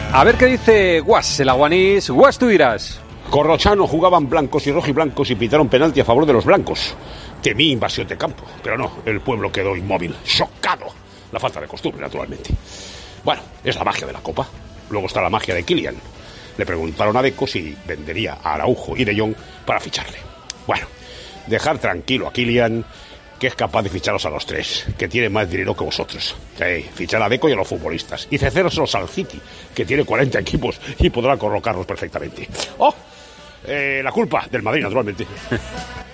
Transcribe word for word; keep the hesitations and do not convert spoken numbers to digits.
A ver qué dice Guas, el aguanís. Guas, tú dirás. Corrochano jugaban blancos y rojiblancos y pitaron penalti a favor de los blancos. Temí invasión de campo, pero no, el pueblo quedó inmóvil, chocado. La falta de costumbre, naturalmente. Bueno, es la magia de la Copa. Luego está la magia de Kylian. Le preguntaron a Deco si vendería a Araujo y De Jong para ficharle. Bueno, dejar tranquilo a Kylian, que es capaz de ficharos a los tres, que tiene más dinero que vosotros. Sí, fichar a Deco y a los futbolistas. Y cedérselos al City, que tiene cuarenta equipos y podrá colocarlos perfectamente. ¡Oh! Eh, la culpa del Madrid, naturalmente.